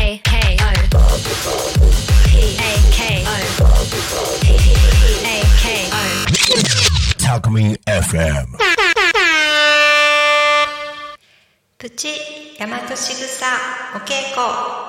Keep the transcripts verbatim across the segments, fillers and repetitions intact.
A K O P A K O P A K O タコミン エフエムプチ大和しぐさお稽古。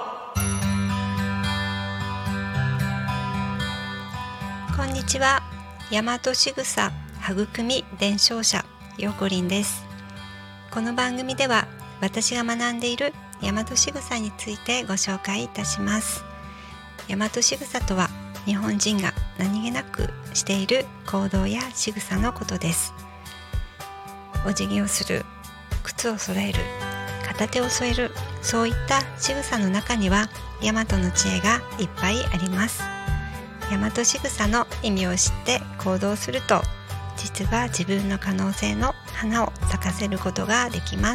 こんにちは。大和しぐさ育み伝承者ようこりんです。この番組では私が学んでいる大和しぐさについてご紹介いたします。大和しぐさとは日本人が何気なくしている行動や仕草のことです。お辞儀をする、靴を揃える、片手を添える、そういった仕草の中には大和の知恵がいっぱいあります。大和しぐさの意味を知って行動すると、実は自分の可能性の花を咲かせることができます。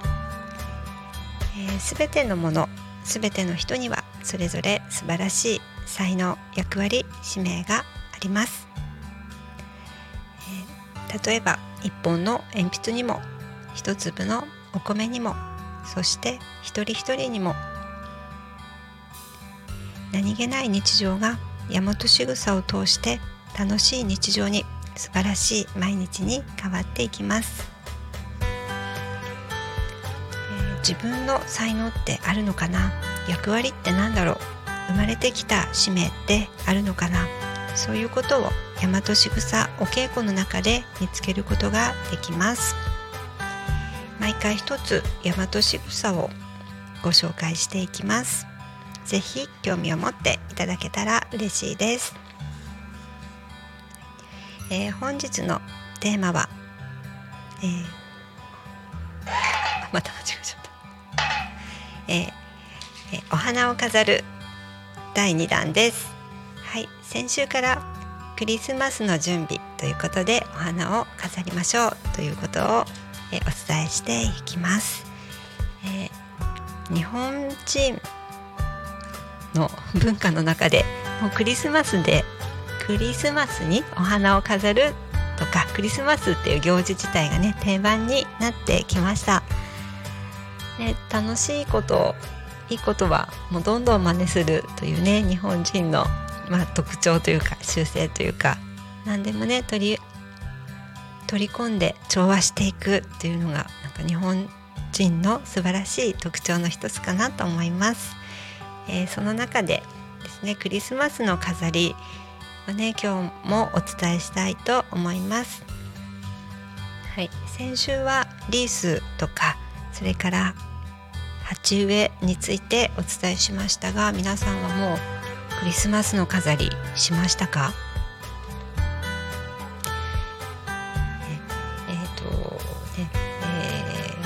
すべ、えー、てのもの、すべての人にはそれぞれ素晴らしい才能、役割、使命があります。えー、例えば一本の鉛筆にも、一粒のお米にも、そして一人一人にも、何気ない日常が大和しぐさを通して楽しい日常に、素晴らしい毎日に変わっていきます。えー、自分の才能ってあるのかな、役割ってなんだろう、生まれてきた使命ってあるのかな、そういうことを大和しぐさお稽古の中で見つけることができます。毎回一つ大和しぐさをご紹介していきます。ぜひ興味を持っていただけたら嬉しいです。えー、本日のテーマは、えー、また間違えちゃった、えーえー、お花を飾るだいにだんです。はい、先週からクリスマスの準備ということで、お花を飾りましょうということを、えー、お伝えしていきます。えー、日本人の文化の中で、もうクリスマスでクリスマスにお花を飾るとか、クリスマスっていう行事自体がね、定番になってきました。ね、楽しいこと、いいことはもうどんどん真似するというね、日本人の、まあ、特徴というか習性というか、何でもね取り取り込んで調和していくっていうのが、なんか日本人の素晴らしい特徴の一つかなと思います。えー、その中でですね、クリスマスの飾りをね、今日もお伝えしたいと思います。はい、先週はリースとか、それから鉢植えについてお伝えしましたが、皆さんはもうクリスマスの飾りしましたか？ええー、とねえ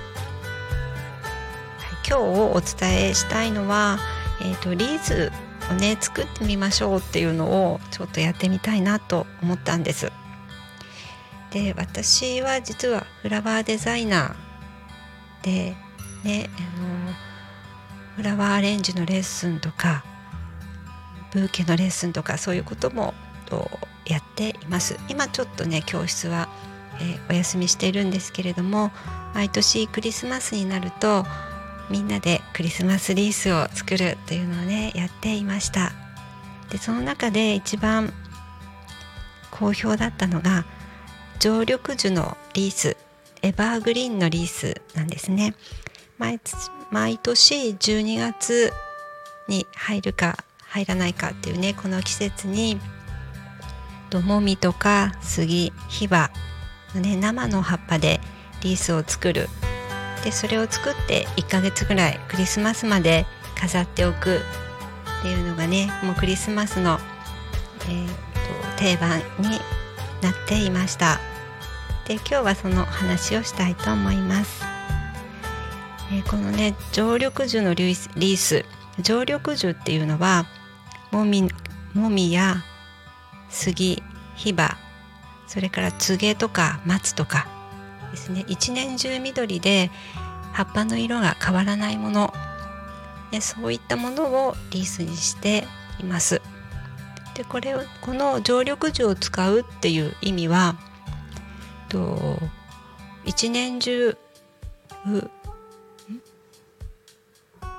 ー、今日お伝えしたいのは、えー、とリースをね作ってみましょうっていうのをちょっとやってみたいなと思ったんです。で、私は実はフラワーデザイナーでね、あのフラワーアレンジのレッスンとか、ブーケのレッスンとか、そういうこともやっています。今ちょっとね、教室は、えー、お休みしているんですけれども、毎年クリスマスになるとみんなでクリスマスリースを作るというのをね、やっていました。で、その中で一番好評だったのが常緑樹のリース、エバーグリーンのリースなんですね。毎, 毎年じゅうにがつに入るか入らないかっていうね、この季節にもみとか杉、ヒバのね、生の葉っぱでリースを作る。で、それを作っていっかげつぐらいクリスマスまで飾っておくっていうのがね、もうクリスマスの、えー、と定番になっていました。で、今日はその話をしたいと思います。えー、このね、常緑樹のリース、常緑樹っていうのはもみ、もみや杉、ヒバ、それからつげとか松とかですね、一年中緑で葉っぱの色が変わらないもの、ね、そういったものをリースにしています。で、これをこの常緑樹を使うっていう意味は、と一年中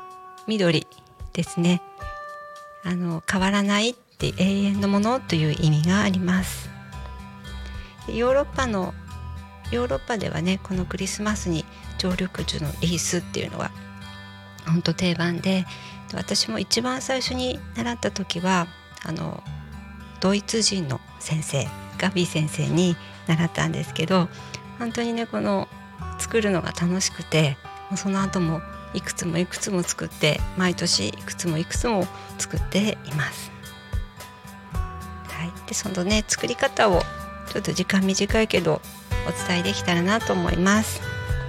緑ですね。あの変わらないって永遠のものという意味があります。ヨーロッパのヨーロッパではね、このクリスマスに常緑樹のリースっていうのは本当定番で、私も一番最初に習った時はあのドイツ人の先生ガビー先生に習ったんですけど、本当にねこの作るのが楽しくて、その後もいくつもいくつも作って、毎年いくつもいくつも作っています。はい、でそのね作り方をちょっと時間短いけどお伝えできたらなと思います。はい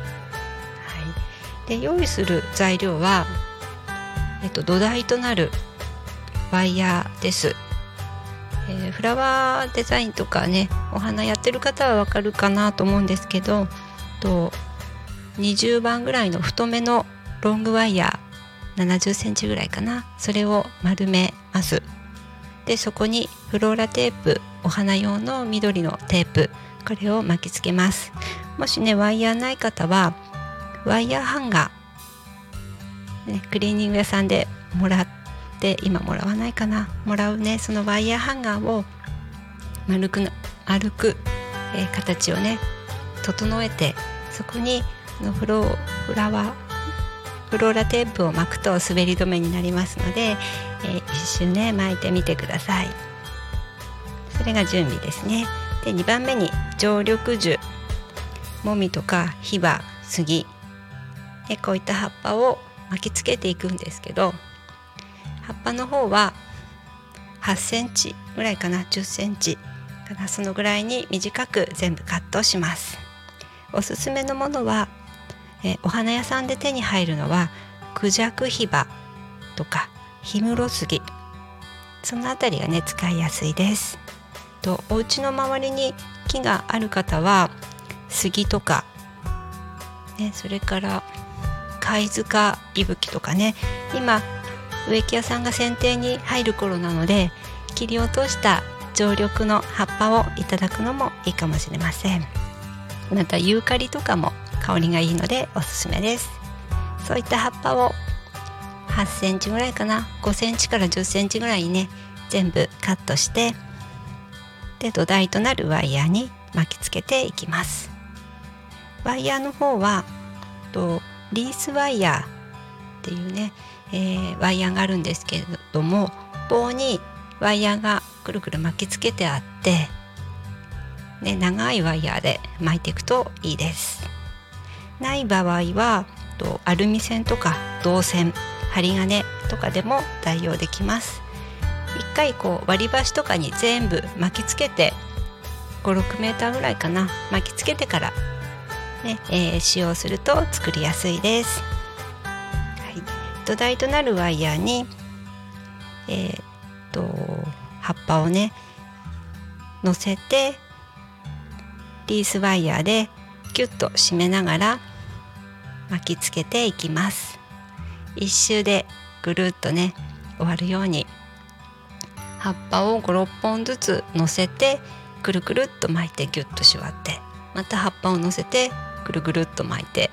、で用意する材料は、えっと、土台となるワイヤーです。えー、フラワーデザインとかね、お花やってる方はわかるかなと思うんですけど、とにじゅうばんぐらいの太めのロングワイヤーななじゅっセンチぐらいかな、それを丸めます。でそこにフローラテープ、お花用の緑のテープ、これを巻きつけます。もしねワイヤーない方はワイヤーハンガー、ね、クリーニング屋さんでもらって今もらわないかなもらうね、そのワイヤーハンガーを丸く丸く、えー、形をね整えて、そこにのフローフラワーフローラテープを巻くと滑り止めになりますので、えー、一瞬ね巻いてみてください。それが準備ですね。でにばんめに常緑樹、もみとかヒバ、杉でこういった葉っぱを巻きつけていくんですけど、葉っぱの方ははちセンチぐらいかな、じゅっセンチかな、そのぐらいに短く全部カットします。おすすめのものは、えお花屋さんで手に入るのはクジャクヒバとかヒムロスギ、そのあたりがね使いやすいです。とお家の周りに木がある方は杉とか、ね、それから貝塚いぶきとかね、今植木屋さんが剪定に入る頃なので、切り落とした常緑の葉っぱをいただくのもいいかもしれません。またユーカリとかも香りがいいのでおすすめです。そういった葉っぱをはちセンチぐらいかな、ごセンチからじゅっセンチぐらいにね全部カットして、で土台となるワイヤーに巻きつけていきます。ワイヤーの方はとリースワイヤーっていうね、えー、ワイヤーがあるんですけれども、棒にワイヤーがくるくる巻きつけてあって、ね、長いワイヤーで巻いていくといいです。ない場合はとアルミ線とか銅線、針金とかでも代用できます。一回こう割り箸とかに全部巻きつけてご、ろくメーターぐらいかな巻きつけてから、ねえー、使用すると作りやすいです。はい、土台となるワイヤーに、えー、っと葉っぱをね乗せて、リースワイヤーでキュッと締めながら巻きつけていきます。一周でぐるっとね終わるように葉っぱをご、ろっぽんずつ乗せてくるくるっと巻いてギュッと縛って、また葉っぱを乗せてぐるぐるっと巻いて、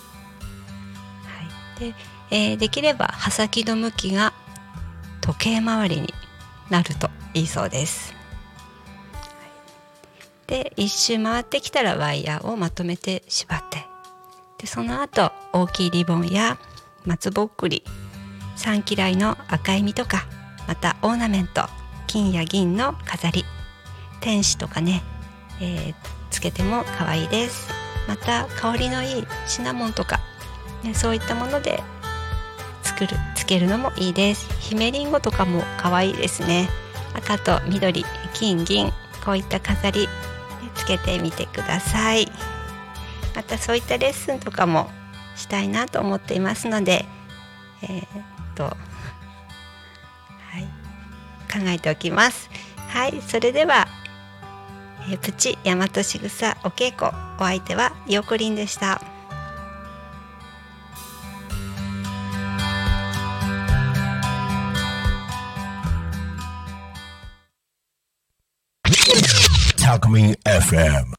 はい、で、えー、できれば刃先の向きが時計回りになるといいそうです。で一周回ってきたらワイヤーをまとめて縛って、でその後大きいリボンや松ぼっくり、三嫌いの赤い実とか、またオーナメント、金や銀の飾り、天使とかね、えー、つけても可愛いです。また香りのいいシナモンとか、ね、そういったもので作るつけるのもいいです。姫リンゴとかも可愛いですね。赤と緑、金銀、こういった飾りつけてみてください。またそういったレッスンとかもしたいなと思っていますので、えー、っと、はい、考えておきます。はい、それでは、えー、プチ大和しぐさお稽古、お相手はよこりんでした。 タクミン エフエム